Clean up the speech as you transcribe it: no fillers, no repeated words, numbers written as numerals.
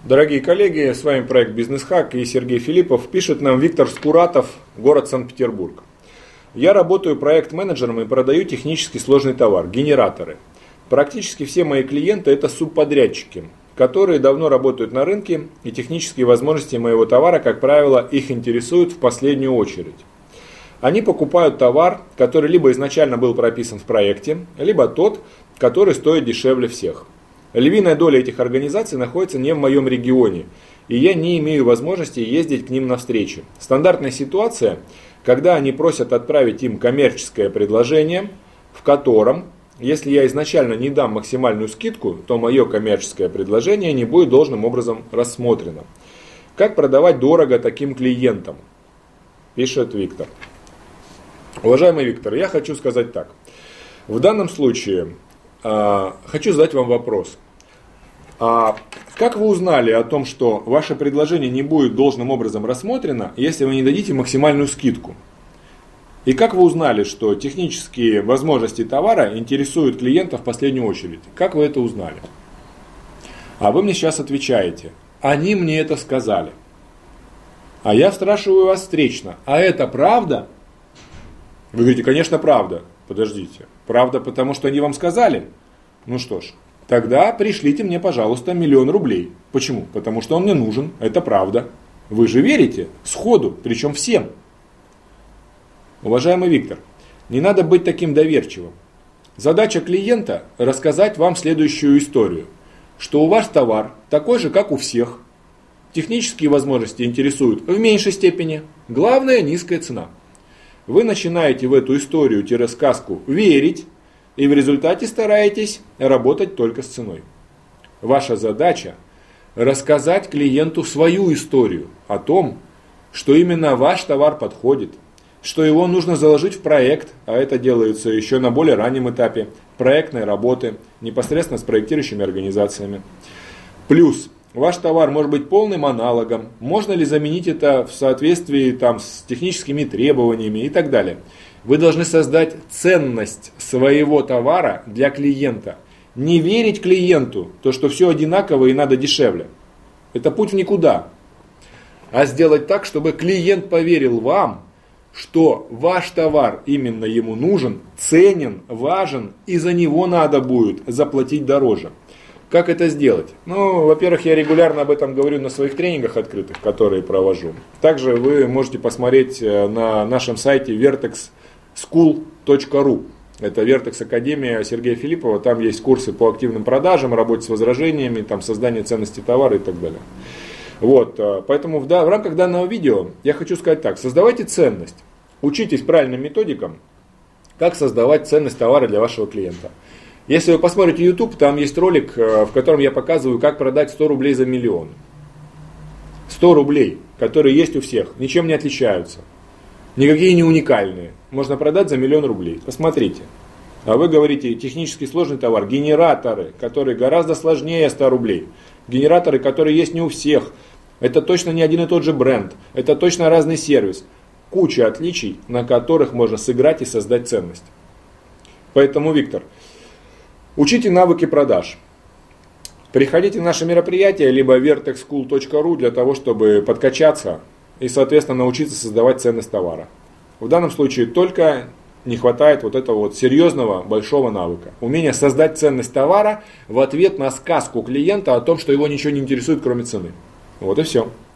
Дорогие коллеги, с вами проект «Бизнес-хак» и Сергей Филиппов. Пишет нам Виктор Скуратов, город Санкт-Петербург. Я работаю проект-менеджером и продаю технически сложный товар – генераторы. Практически все мои клиенты – это субподрядчики, которые давно работают на рынке, и технические возможности моего товара, как правило, их интересуют в последнюю очередь. Они покупают товар, который либо изначально был прописан в проекте, либо тот, который стоит дешевле всех. Львиная доля этих организаций находится не в моем регионе, и я не имею возможности ездить к ним навстречу. Стандартная ситуация, когда они просят отправить им коммерческое предложение, в котором, если я изначально не дам максимальную скидку, то мое коммерческое предложение не будет должным образом рассмотрено. Как продавать дорого таким клиентам? Пишет Виктор. Уважаемый Виктор, я хочу сказать так. В данном случае хочу задать вам вопрос. Как вы узнали о том, что ваше предложение не будет должным образом рассмотрено, если вы не дадите максимальную скидку? И как вы узнали, что технические возможности товара интересуют клиента в последнюю очередь? Как вы это узнали? А вы мне сейчас отвечаете: они мне это сказали. А я спрашиваю вас встречно: а это правда? Вы говорите: конечно, правда. Подождите. Правда, потому что они вам сказали? Ну что ж, тогда пришлите мне, пожалуйста, 1 000 000 рублей. Почему? Потому что он мне нужен. Это правда. Вы же верите? Сходу. Причем всем. Уважаемый Виктор, не надо быть таким доверчивым. Задача клиента – рассказать вам следующую историю. Что у вас товар такой же, как у всех. Технические возможности интересуют в меньшей степени. Главное – низкая цена. Вы начинаете в эту историю-сказку верить, и в результате стараетесь работать только с ценой. Ваша задача – рассказать клиенту свою историю о том, что именно ваш товар подходит, что его нужно заложить в проект, а это делается еще на более раннем этапе проектной работы, непосредственно с проектирующими организациями. Плюс ваш товар может быть полным аналогом, можно ли заменить это в соответствии с техническими требованиями и так далее. Вы должны создать ценность своего товара для клиента. Не верить клиенту, то что все одинаково и надо дешевле. Это путь в никуда. А сделать так, чтобы клиент поверил вам, что ваш товар именно ему нужен, ценен, важен, и за него надо будет заплатить дороже. Как это сделать? Ну, во-первых, я регулярно об этом говорю на своих тренингах открытых, которые провожу. Также вы можете посмотреть на нашем сайте vertexschool.ru. Это Vertex Академия Сергея Филиппова. Там есть курсы по активным продажам, работе с возражениями, создание ценности товара и так далее. Вот, поэтому в рамках данного видео я хочу сказать так. Создавайте ценность. Учитесь правильным методикам, как создавать ценность товара для вашего клиента. Если вы посмотрите YouTube, там есть ролик, в котором я показываю, как продать 100 рублей за 1 000 000. 100 рублей, которые есть у всех, ничем не отличаются. Никакие не уникальные. Можно продать за 1 000 000 рублей. Посмотрите. А вы говорите, технически сложный товар. Генераторы, которые гораздо сложнее 100 рублей. Генераторы, которые есть не у всех. Это точно не один и тот же бренд. Это точно разный сервис. Куча отличий, на которых можно сыграть и создать ценность. Поэтому, Виктор, учите навыки продаж. Приходите на наши мероприятия, либо vertexschool.ru для того, чтобы подкачаться и, соответственно, научиться создавать ценность товара. В данном случае только не хватает этого серьезного, большого навыка. Умение создать ценность товара в ответ на сказку клиента о том, что его ничего не интересует, кроме цены. Вот и все.